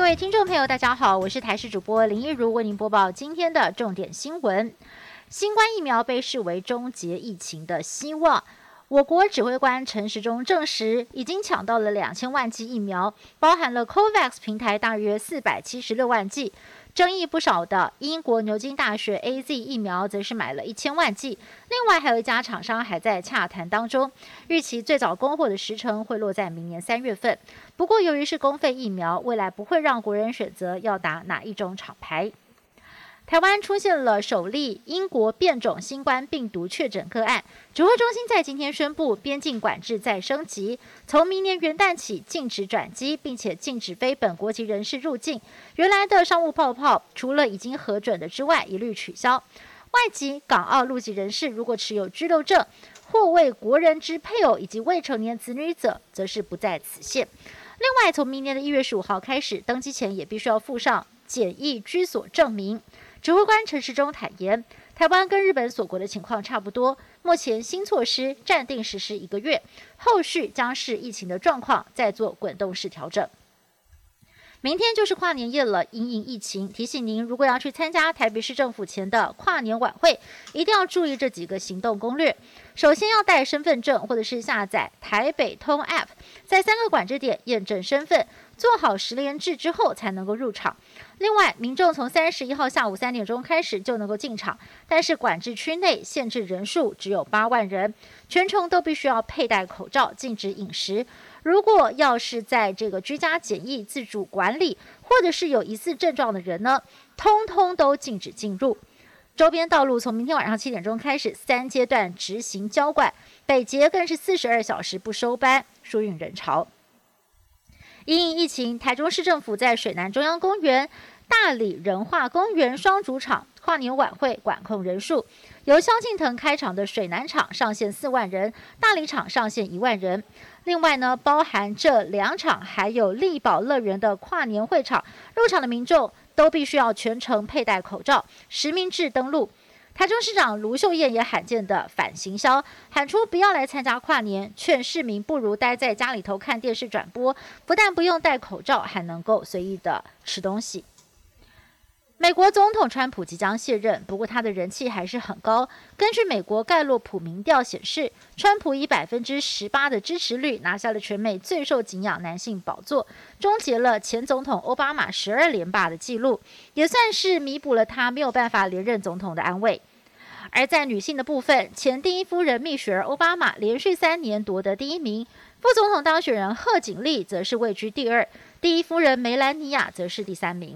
各位听众朋友，大家好，我是台视主播林一如，为您播报今天的重点新闻。新冠疫苗被视为终结疫情的希望。我国指挥官陈时中证实，已经抢到了2000万剂疫苗，包含了 COVAX 平台大约476万剂。争议不少的英国牛津大学 AZ 疫苗则是买了1000万剂，另外还有一家厂商还在洽谈当中，预期最早供货的时程会落在明年3月份。不过由于是公费疫苗，未来不会让国人选择要打哪一种厂牌。台湾出现了首例英国变种新冠病毒确诊个案，指挥中心在今天宣布，边境管制再升级，从明年元旦起禁止转机，并且禁止非本国籍人士入境。原来的商务泡泡，除了已经核准的之外，一律取消。外籍、港澳陆籍人士如果持有居留证或为国人之配偶以及未成年子女者，则是不在此限。另外，从明年的1月15号开始，登机前也必须要附上检疫居所证明。指挥官陈时中坦言，台湾跟日本锁国的情况差不多，目前新措施暂定实施1个月，后续将视疫情的状况再做滚动式调整。明天就是跨年夜了，因应疫情，提醒您，如果要去参加台北市政府前的跨年晚会，一定要注意这几个行动攻略。首先要带身份证，或者是下载台北通 App， 在3个管制点验证身份，做好实联制之后才能够入场。另外，民众从31号下午3点钟开始就能够进场，但是管制区内限制人数只有8万人，全程都必须要佩戴口罩，禁止饮食。如果要是在这个居家检疫自主管理，或者是有疑似症状的人呢，通通都禁止进入。周边道路从明天晚上7点钟开始3阶段执行交管，北捷更是42小时不收班，疏运人潮。因应疫情，台中市政府在水南中央公园、大理仁化公园双主场跨年晚会管控人数，由萧敬腾开场的水南场上限4万人，大理场上限1万人。另外呢，包含这2场还有力宝乐园的跨年会场，入场的民众都必须要全程佩戴口罩，实名制登录。台中市长卢秀燕也罕见的反行销，喊出不要来参加跨年，劝市民不如待在家里头看电视转播，不但不用戴口罩，还能够随意的吃东西。美国总统川普即将卸任，不过他的人气还是很高。根据美国盖洛普民调显示，川普以18%的支持率拿下了全美最受敬仰男性宝座，终结了前总统奥巴马12连霸的纪录，也算是弥补了他没有办法连任总统的安慰。而在女性的部分，前第一夫人蜜雪儿·奥巴马连续3年夺得第1名，副总统当选人贺锦丽则是位居第2，第一夫人梅兰妮亚则是第3名。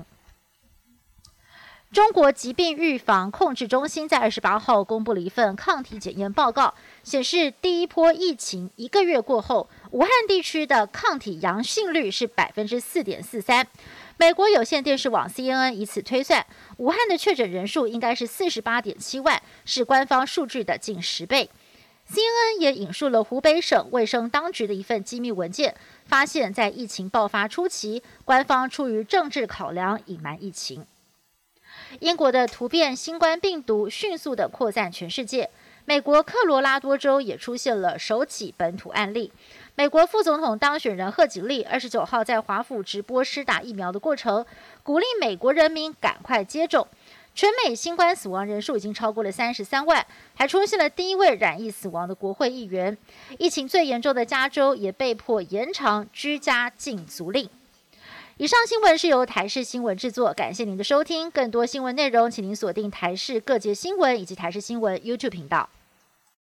中国疾病预防控制中心在28号公布了一份抗体检验报告，显示第一波疫情1个月过后，武汉地区的抗体阳性率是 4.43%。美国有线电视网 CNN 以此推算，武汉的确诊人数应该是 48.7 万，是官方数据的近10倍。CNN 也引述了湖北省卫生当局的一份机密文件，发现在疫情爆发初期，官方出于政治考量隐瞒疫情。英国的突变新冠病毒迅速地扩散全世界，美国科罗拉多州也出现了首起本土案例。美国副总统当选人贺锦丽29号在华府直播施打疫苗的过程，鼓励美国人民赶快接种。全美新冠死亡人数已经超过了33万，还出现了第1位染疫死亡的国会议员。疫情最严重的加州也被迫延长居家禁足令。以上新闻是由台视新闻制作，感谢您的收听。更多新闻内容，请您锁定台视各节新闻以及台视新闻 YouTube 频道。